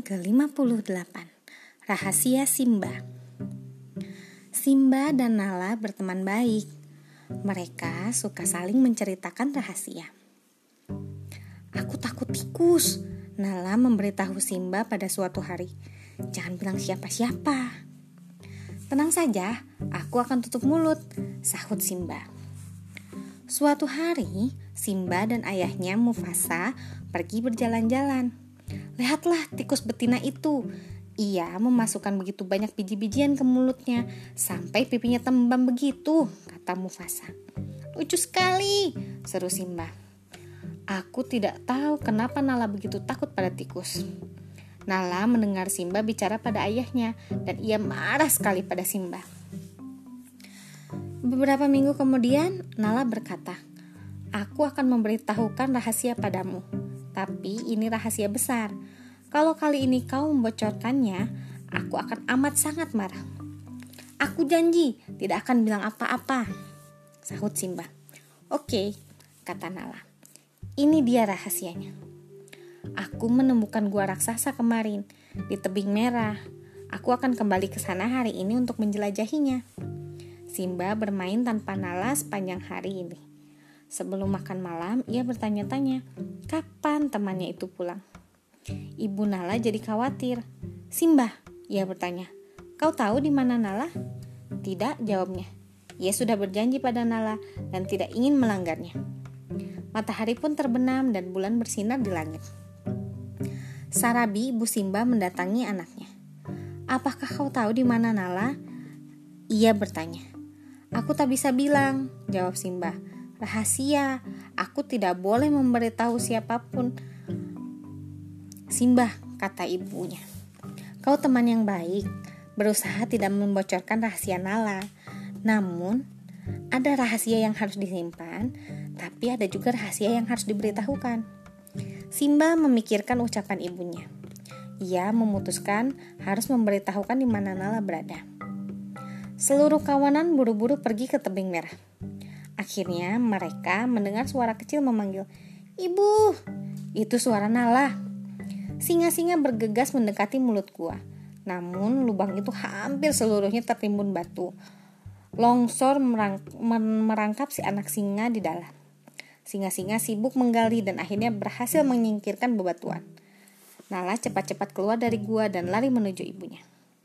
ke-58. Rahasia Simba. Simba dan Nala berteman baik. Mereka suka saling menceritakan rahasia. "Aku takut tikus," Nala memberitahu Simba pada suatu hari. "Jangan bilang siapa-siapa." "Tenang saja, aku akan tutup mulut," sahut Simba. Suatu hari, Simba dan ayahnya Mufasa pergi berjalan-jalan. "Lihatlah tikus betina itu. Ia memasukkan begitu banyak biji-bijian ke mulutnya sampai pipinya tembam begitu," kata Mufasa. "Lucu sekali," seru Simba. "Aku tidak tahu kenapa Nala begitu takut pada tikus." Nala mendengar Simba bicara pada ayahnya dan ia marah sekali pada Simba. Beberapa minggu kemudian, Nala berkata, "Aku akan memberitahukan rahasia padamu. Tapi ini rahasia besar. Kalau kali ini kau membocorkannya, aku akan amat sangat marah." "Aku janji tidak akan bilang apa-apa," sahut Simba. "Oke," kata Nala. "Ini dia rahasianya. Aku menemukan gua raksasa kemarin di tebing merah. Aku akan kembali ke sana hari ini untuk menjelajahinya." Simba bermain tanpa Nala sepanjang hari ini. Sebelum makan malam, ia bertanya-tanya, kapan temannya itu pulang. Ibu Nala jadi khawatir. "Simba," ia bertanya, "kau tahu di mana Nala?" "Tidak," jawabnya. Ia sudah berjanji pada Nala dan tidak ingin melanggarnya. Matahari pun terbenam dan bulan bersinar di langit. Sarabi, ibu Simba, mendatangi anaknya. "Apakah kau tahu di mana Nala?" ia bertanya. "Aku tak bisa bilang," jawab Simba. "Rahasia, aku tidak boleh memberitahu siapapun." "Simba," kata ibunya, "kau teman yang baik, berusaha tidak membocorkan rahasia Nala. Namun, ada rahasia yang harus disimpan, tapi ada juga rahasia yang harus diberitahukan." Simba memikirkan ucapan ibunya. Ia memutuskan harus memberitahukan di mana Nala berada. Seluruh kawanan buru-buru pergi ke tebing merah. Akhirnya mereka mendengar suara kecil memanggil, "Ibu!" Itu suara Nala. Singa-singa bergegas mendekati mulut gua. Namun lubang itu hampir seluruhnya tertimbun batu. Longsor merangkap si anak singa di dalam. Singa-singa sibuk menggali dan akhirnya berhasil menyingkirkan bebatuan. Nala cepat-cepat keluar dari gua dan lari menuju ibunya.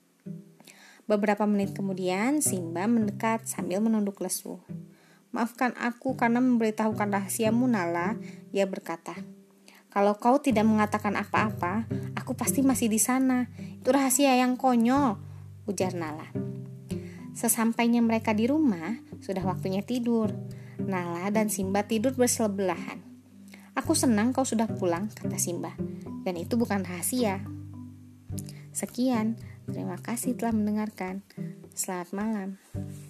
Beberapa menit kemudian, Simba mendekat sambil menunduk lesu. "Maafkan aku karena memberitahukan rahasiamu, Nala," ia berkata. "Kalau kau tidak mengatakan apa-apa, aku pasti masih di sana. Itu rahasia yang konyol," ujar Nala. Sesampainya mereka di rumah, sudah waktunya tidur. Nala dan Simba tidur bersebelahan. "Aku senang kau sudah pulang," kata Simba. "Dan itu bukan rahasia." Sekian, terima kasih telah mendengarkan. Selamat malam.